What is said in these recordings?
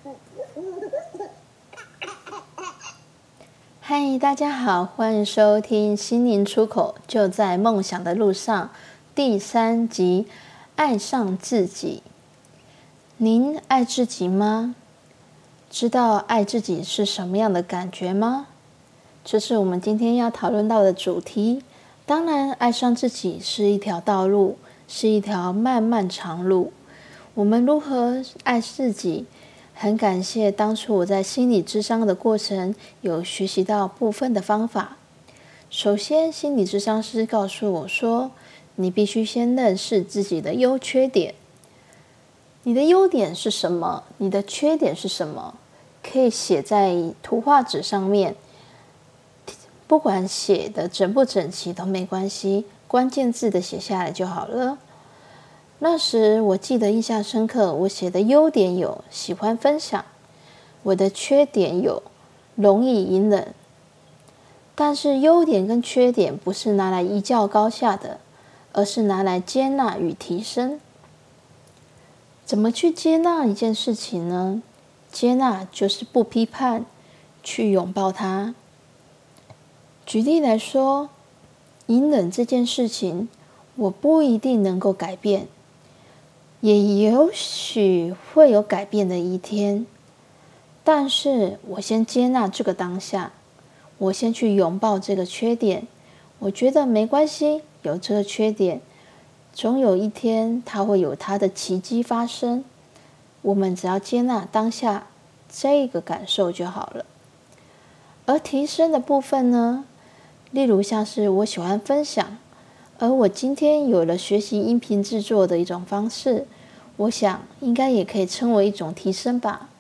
嗨，大家好，欢迎收听心灵出口，就在梦想的路上第3集，爱上自己。您爱自己吗？知道爱自己是什么样的感觉吗？这是我们今天要讨论到的主题。当然，爱上自己是一条道路，是一条漫漫长路。我们如何爱自己？很感谢当初我在心理咨商的过程有学习到部分的方法。首先，心理咨商师告诉我说，你必须先认识自己的优缺点。你的优点是什么？你的缺点是什么？可以写在图画纸上面，不管写的整不整齐都没关系，关键字的写下来就好了。那时我记得印象深刻，我写的优点有喜欢分享，我的缺点有容易隐忍。但是优点跟缺点不是拿来一较高下的，而是拿来接纳与提升。怎么去接纳一件事情呢？接纳就是不批判，去拥抱它。举例来说，隐忍这件事情，我不一定能够改变，也有许会有改变的一天，但是我先接纳这个当下，我先去拥抱这个缺点，我觉得没关系，有这个缺点，总有一天它会有它的奇迹发生，我们只要接纳当下这个感受就好了。而提升的部分呢，例如像是我喜欢分享，而我今天有了学习音频制作的一种方式，我想应该也可以称为一种提升吧。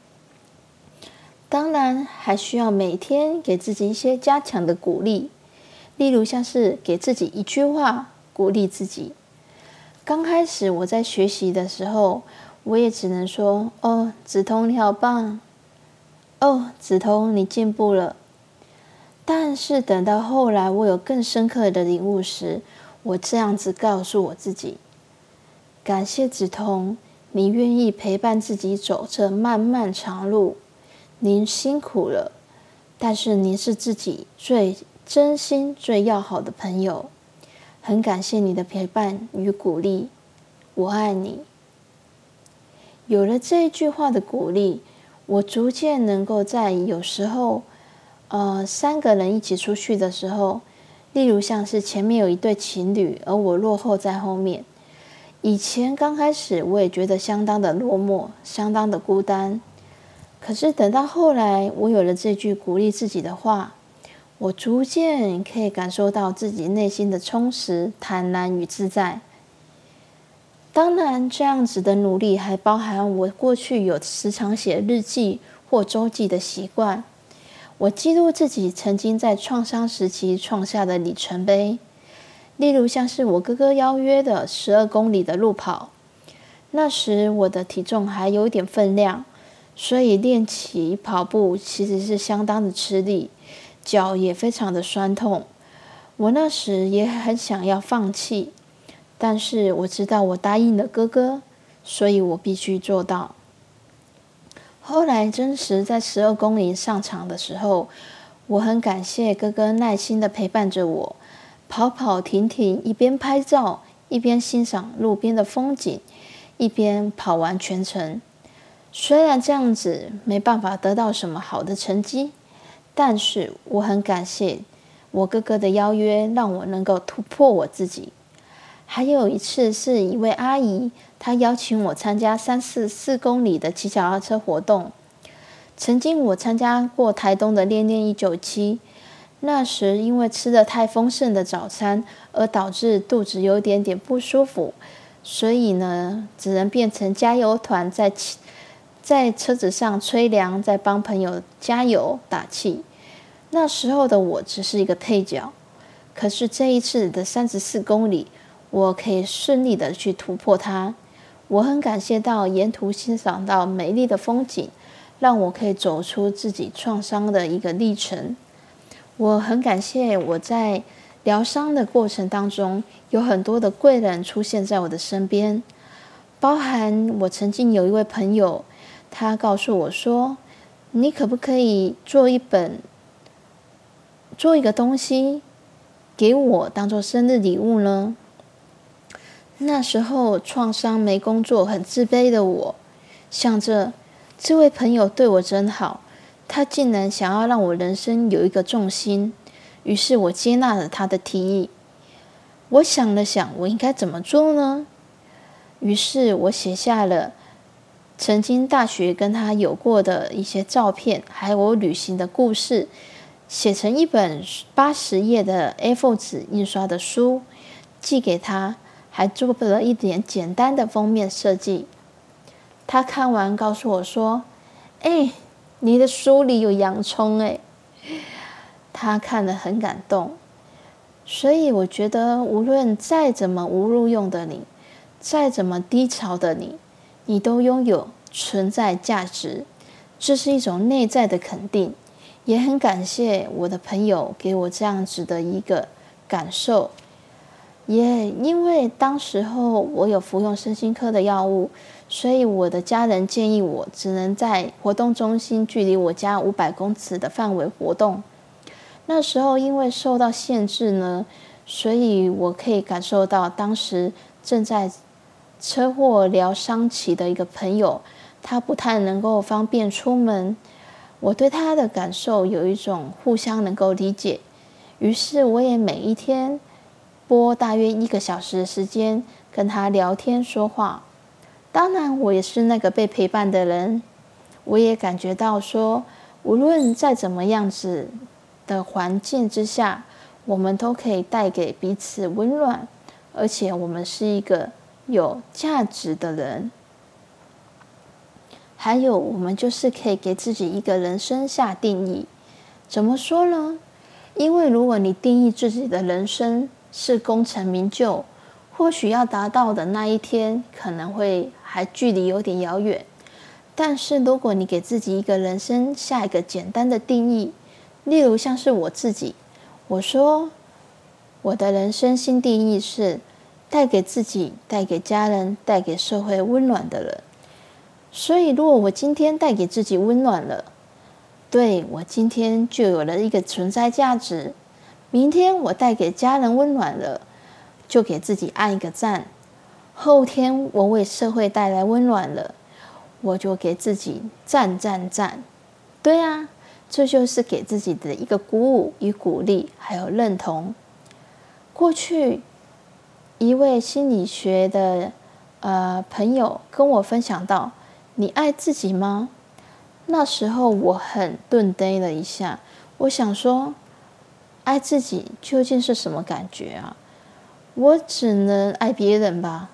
当然还需要每天给自己一些加强的鼓励，例如像是给自己一句话鼓励自己。刚开始我在学习的时候，我也只能说，哦，梓潼你好棒，哦，梓潼你进步了。但是等到后来我有更深刻的领悟时，我这样子告诉我自己，感谢梓潼，你愿意陪伴自己走这漫漫长路，您辛苦了，但是您是自己最真心最要好的朋友，很感谢你的陪伴与鼓励，我爱你。有了这一句话的鼓励，我逐渐能够在有时候3个人一起出去的时候，例如像是前面有一对情侣，而我落后在后面。以前刚开始我也觉得相当的落寞，相当的孤单。可是等到后来，我有了这句鼓励自己的话，我逐渐可以感受到自己内心的充实、坦然与自在。当然，这样子的努力还包含我过去有时常写日记或周记的习惯。我记录自己曾经在创伤时期创下的里程碑，例如像是我哥哥邀约的12公里的路跑，那时我的体重还有一点分量，所以练起跑步其实是相当的吃力，脚也非常的酸痛。我那时也很想要放弃，但是我知道我答应了哥哥，所以我必须做到。后来真实在12公里上场的时候，我很感谢哥哥耐心的陪伴着我，跑跑停停，一边拍照，一边欣赏路边的风景，一边跑完全程。虽然这样子没办法得到什么好的成绩，但是我很感谢我哥哥的邀约，让我能够突破我自己。还有一次是一位阿姨，她邀请我参加4公里的骑脚踏车活动。曾经我参加过台东的练练197，那时因为吃了太丰盛的早餐，而导致肚子有点不舒服，所以呢，只能变成加油团，在车子上吹凉，在帮朋友加油打气。那时候的我只是一个配角，可是这一次的34公里，我可以顺利的去突破它。我很感谢到沿途欣赏到美丽的风景，让我可以走出自己创伤的一个历程。我很感谢我在疗伤的过程当中，有很多的贵人出现在我的身边，包含我曾经有一位朋友， 他告诉我说，你可不可以做一个东西给我当做生日礼物呢？那时候创伤没工作很自卑的我，想着这位朋友对我真好，他竟然想要让我人生有一个重心，于是我接纳了他的提议。我想了想，我应该怎么做呢？于是我写下了曾经大学跟他有过的一些照片，还有我旅行的故事，写成一本80页的 A4 纸印刷的书，寄给他，还做了一点简单的封面设计。他看完告诉我说，你的书里有洋葱他看了很感动。所以我觉得无论再怎么无路用的你，再怎么低潮的你，你都拥有存在价值，这是一种内在的肯定。也很感谢我的朋友给我这样子的一个感受，也因为当时候我有服用身心科的药物，所以我的家人建议我只能在活动中心距离我家500公尺的范围活动。那时候因为受到限制呢，所以我可以感受到当时正在车祸疗伤期的一个朋友，他不太能够方便出门，我对他的感受有一种互相能够理解，于是我也每一天拨大约1个小时的时间跟他聊天说话。当然我也是那个被陪伴的人，我也感觉到说，无论在怎么样子的环境之下，我们都可以带给彼此温暖，而且我们是一个有价值的人。还有我们就是可以给自己一个人生下定义。怎么说呢？因为如果你定义自己的人生是功成名就，或许要达到的那一天可能会还距离有点遥远。但是如果你给自己一个人生下一个简单的定义，例如像是我自己，我说我的人生新定义是带给自己、带给家人、带给社会温暖的人。所以如果我今天带给自己温暖了，对，我今天就有了一个存在价值。明天我带给家人温暖了，就给自己按一个赞。后天我为社会带来温暖了，我就给自己赞赞赞。对啊，这就是给自己的一个鼓舞与鼓励，还有认同。过去一位心理学的朋友跟我分享到，你爱自己吗？那时候我很顿呆了一下，我想说，爱自己究竟是什么感觉啊？我只能爱别人吧？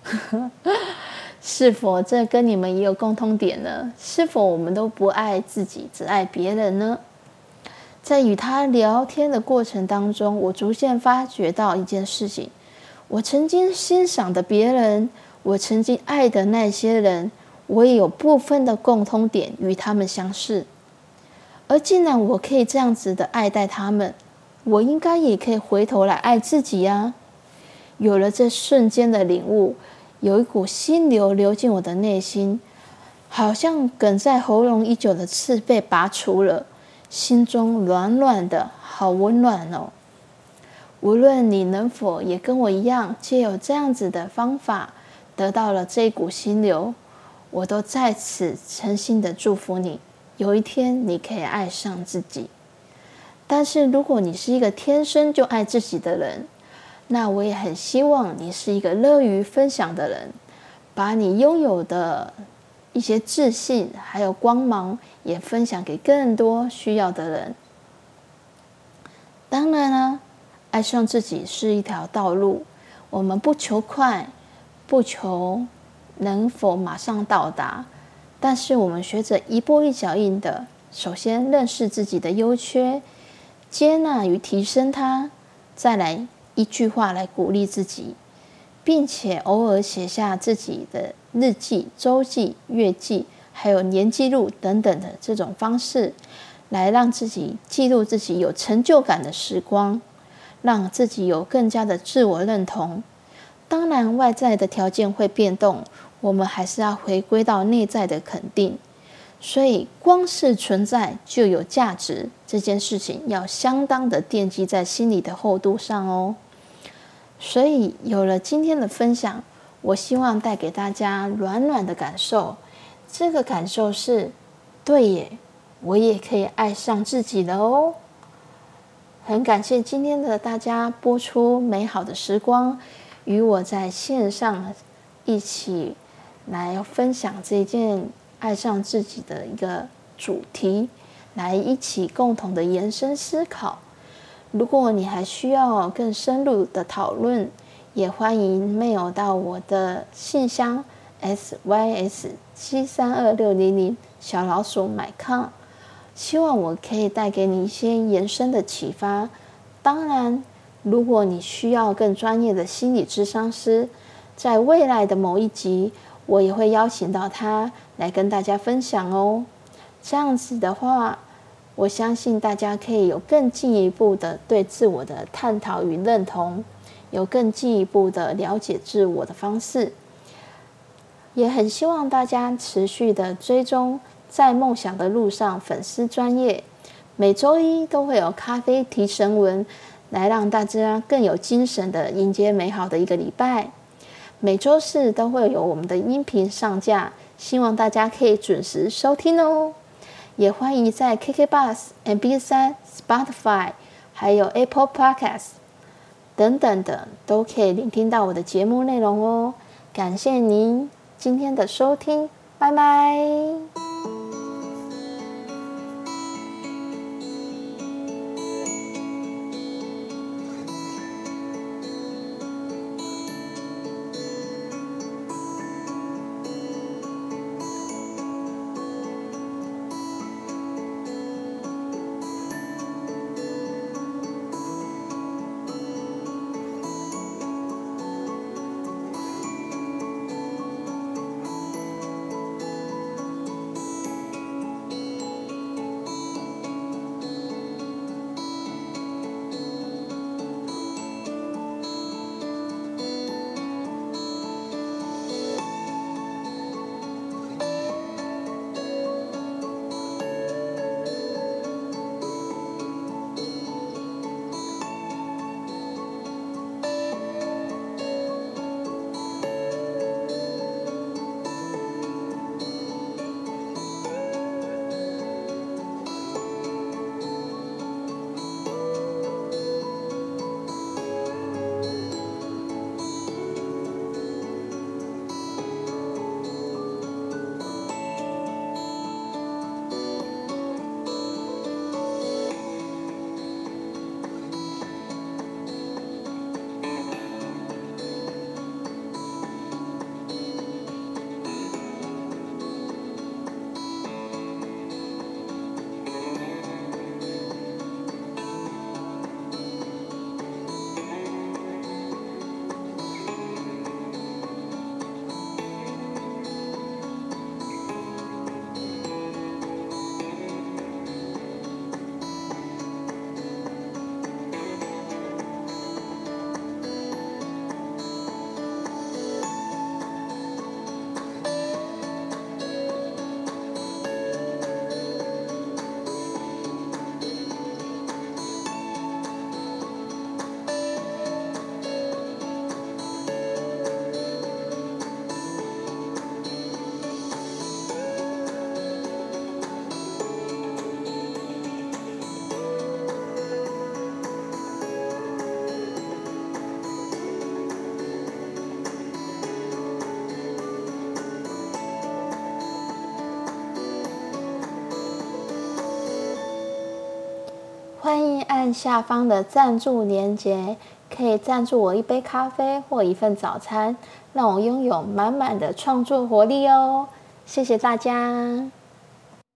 是否这跟你们也有共通点呢？是否我们都不爱自己，只爱别人呢？在与他聊天的过程当中，我逐渐发觉到一件事情，我曾经欣赏的别人，我曾经爱的那些人，我也有部分的共通点与他们相似。而既然我可以这样子的爱戴他们，我应该也可以回头来爱自己啊。有了这瞬间的领悟，有一股心流流进我的内心，好像梗在喉咙已久的刺被拔除了，心中暖暖的，好温暖哦。无论你能否也跟我一样，藉由这样子的方法得到了这一股心流，我都在此诚心的祝福你，有一天你可以爱上自己。但是如果你是一个天生就爱自己的人，那我也很希望你是一个乐于分享的人，把你拥有的一些自信还有光芒也分享给更多需要的人。当然呢，爱上自己是一条道路，我们不求快，不求能否马上到达，但是我们学着一步一脚印的，首先认识自己的优缺，接纳与提升它，再来一句话来鼓励自己，并且偶尔写下自己的日记、周记、月记，还有年记录等等的这种方式，来让自己记录自己有成就感的时光，让自己有更加的自我认同。当然外在的条件会变动，我们还是要回归到内在的肯定， 所以光是存在就有价值，这件事情要相当的奠基在心里的厚度上哦。所以有了今天的分享，我希望带给大家暖暖的感受。这个感受是，对耶，我也可以爱上自己了哦。很感谢今天的大家播出美好的时光，与我在线上一起来分享这件爱上自己的一个主题，来一起共同的延伸思考。如果你还需要更深入的讨论，也欢迎 mail 到我的信箱 sys732600mycom， 希望我可以带给你一些延伸的启发。当然，如果你需要更专业的心理咨商师，在未来的某一集，我也会邀请到他来跟大家分享哦。这样子的话，我相信大家可以有更进一步的对自我的探讨与认同，有更进一步的了解自我的方式。也很希望大家持续的追踪在梦想的路上粉丝专页，每周一都会有咖啡提神文，来让大家更有精神的迎接美好的一个礼拜。每周四都会有我们的音频上架，希望大家可以准时收听哦。也欢迎在 KKBOX、MB3、Spotify 还有 Apple Podcast 等等的都可以聆听到我的节目内容哦。感谢您今天的收听，拜拜。欢迎按下方的赞助连结，可以赞助我一杯咖啡或一份早餐，让我拥有满满的创作活力哦。谢谢大家。